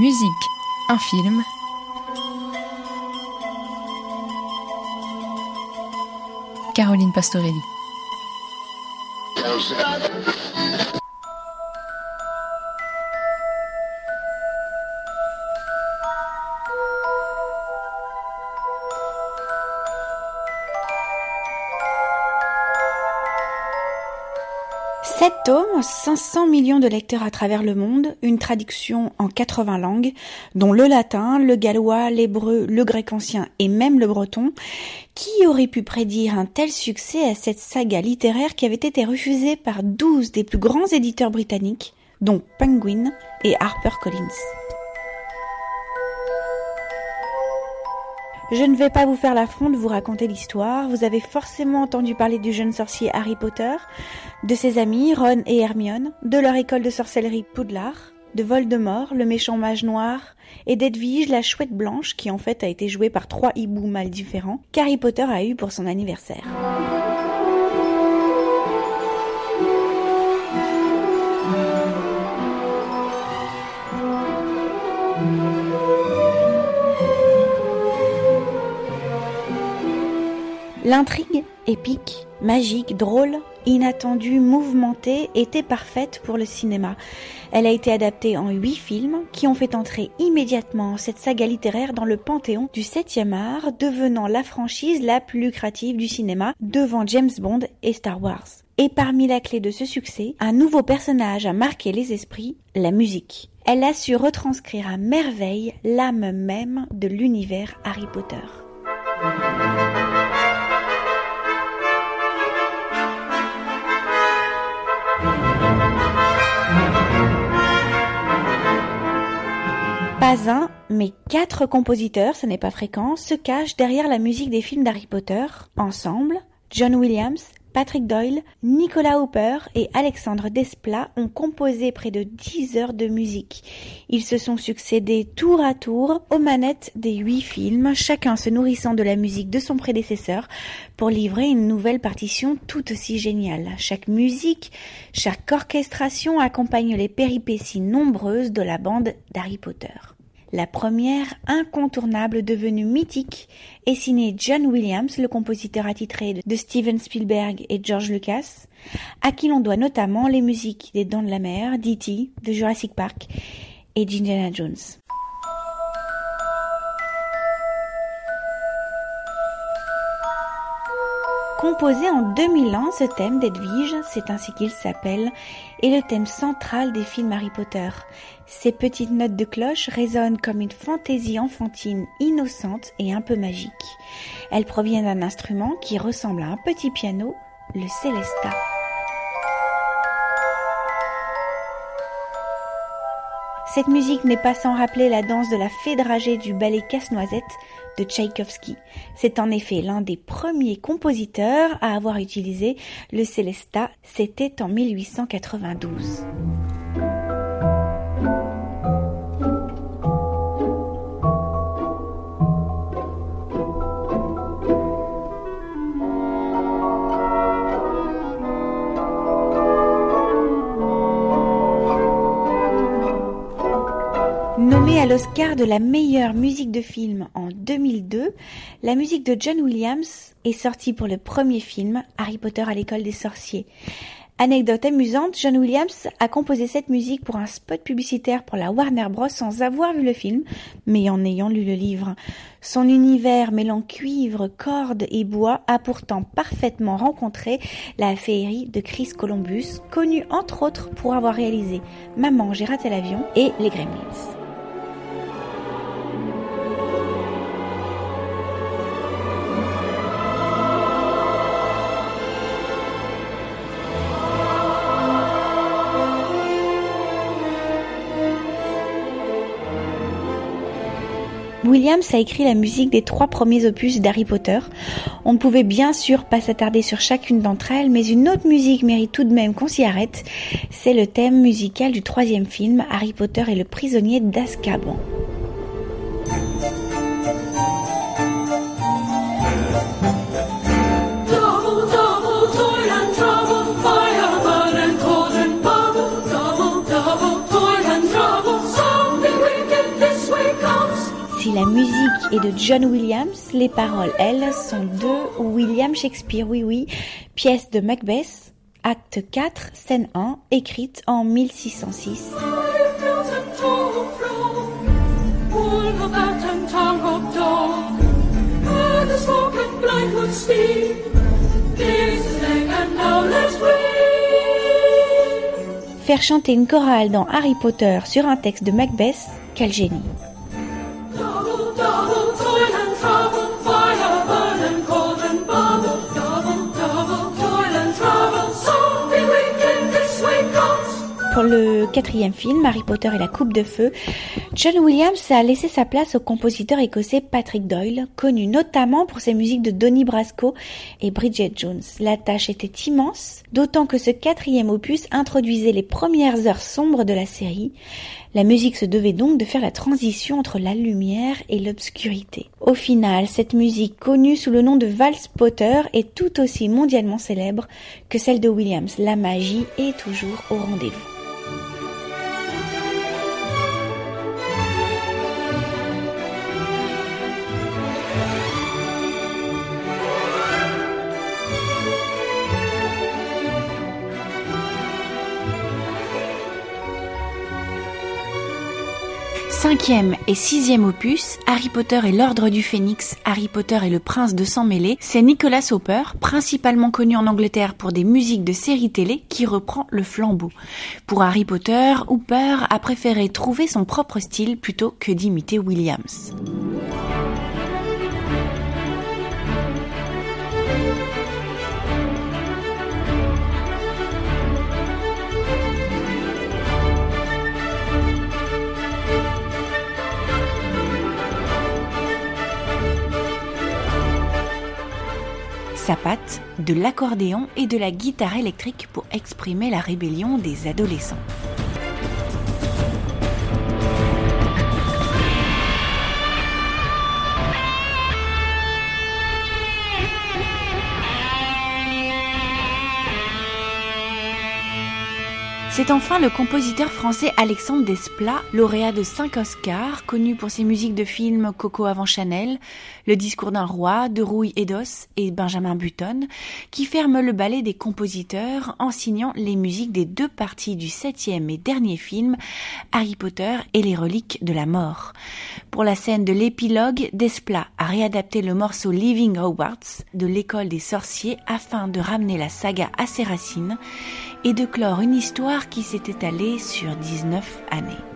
Musique, un film. Caroline Pastorelli. Sept tomes, 500 millions de lecteurs à travers le monde, une traduction en 80 langues, dont le latin, le gallois, l'hébreu, le grec ancien et même le breton. Qui aurait pu prédire un tel succès à cette saga littéraire qui avait été refusée par 12 des plus grands éditeurs britanniques, dont Penguin et HarperCollins. Je ne vais pas vous faire l'affront de vous raconter l'histoire. Vous avez forcément entendu parler du jeune sorcier Harry Potter, de ses amis Ron et Hermione, de leur école de sorcellerie Poudlard, de Voldemort, le méchant mage noir, et d'Edwige, la chouette blanche, qui en fait a été jouée par 3 hiboux mâles différents, qu'Harry Potter a eu pour son anniversaire. L'intrigue, épique, magique, drôle, inattendue, mouvementée, était parfaite pour le cinéma. Elle a été adaptée en 8 films qui ont fait entrer immédiatement cette saga littéraire dans le panthéon du 7e art, devenant la franchise la plus lucrative du cinéma devant James Bond et Star Wars. Et parmi la clé de ce succès, un nouveau personnage a marqué les esprits, la musique. Elle a su retranscrire à merveille l'âme même de l'univers Harry Potter. Pas un, mais 4 compositeurs, ce n'est pas fréquent, se cachent derrière la musique des films d'Harry Potter. Ensemble, John Williams, Patrick Doyle, Nicolas Hooper et Alexandre Desplat ont composé près de 10 heures de musique. Ils se sont succédés tour à tour aux manettes des 8 films, chacun se nourrissant de la musique de son prédécesseur pour livrer une nouvelle partition tout aussi géniale. Chaque musique, chaque orchestration accompagne les péripéties nombreuses de la bande d'Harry Potter. La première, incontournable, devenue mythique, est signée John Williams, le compositeur attitré de Steven Spielberg et George Lucas, à qui l'on doit notamment les musiques des Dents de la Mer, d'E.T., de Jurassic Park et d'Indiana Jones. Composé en 2001, ce thème d'Edwige, c'est ainsi qu'il s'appelle, est le thème central des films Harry Potter. Ces petites notes de cloche résonnent comme une fantaisie enfantine innocente et un peu magique. Elles proviennent d'un instrument qui ressemble à un petit piano, le Célestat. Cette musique n'est pas sans rappeler la danse de la fée dragée du ballet Casse-Noisette de Tchaïkovski. C'est en effet l'un des premiers compositeurs à avoir utilisé le Célestat. C'était en 1892. Nommée à l'Oscar de la meilleure musique de film en 2002, la musique de John Williams est sortie pour le premier film Harry Potter à l'école des sorciers. Anecdote amusante, John Williams a composé cette musique pour un spot publicitaire pour la Warner Bros sans avoir vu le film, mais en ayant lu le livre. Son univers mêlant cuivre, cordes et bois a pourtant parfaitement rencontré la féerie de Chris Columbus, connu entre autres pour avoir réalisé Maman, j'ai raté l'avion et Les Gremlins. Williams a écrit la musique des 3 premiers opus d'Harry Potter. On ne pouvait bien sûr pas s'attarder sur chacune d'entre elles, mais une autre musique mérite tout de même qu'on s'y arrête. C'est le thème musical du 3e film, Harry Potter et le prisonnier d'Azkaban. la musique est de John Williams, les paroles, elles, sont de William Shakespeare, oui, pièce de Macbeth, acte 4, scène 1, écrite en 1606. Faire chanter une chorale dans Harry Potter sur un texte de Macbeth, quel génie! Pour le 4e film, Harry Potter et la Coupe de Feu, John Williams a laissé sa place au compositeur écossais Patrick Doyle, connu notamment pour ses musiques de Donnie Brasco et Bridget Jones. La tâche était immense, d'autant que ce 4e opus introduisait les premières heures sombres de la série. La musique se devait donc de faire la transition entre la lumière et l'obscurité. Au final, cette musique, connue sous le nom de Valse Potter, est tout aussi mondialement célèbre que celle de Williams. La magie est toujours au rendez-vous. Cinquième et 6e opus, Harry Potter et l'Ordre du Phénix, Harry Potter et le Prince de Sang Mêlé, c'est Nicholas Hooper, principalement connu en Angleterre pour des musiques de séries télé, qui reprend le flambeau. Pour Harry Potter, Hooper a préféré trouver son propre style plutôt que d'imiter Williams. Sa patte, de l'accordéon et de la guitare électrique pour exprimer la rébellion des adolescents. C'est enfin le compositeur français Alexandre Desplat, lauréat de 5 Oscars, connu pour ses musiques de films Coco avant Chanel, Le discours d'un roi, de Rouille et d'Os et Benjamin Button, qui ferme le ballet des compositeurs en signant les musiques des 2 parties du 7e et dernier film, Harry Potter et les reliques de la mort. Pour la scène de l'épilogue, Desplat a réadapté le morceau Living Hogwarts de l'école des sorciers afin de ramener la saga à ses racines et de clore une histoire qui s'est étalée sur 19 années.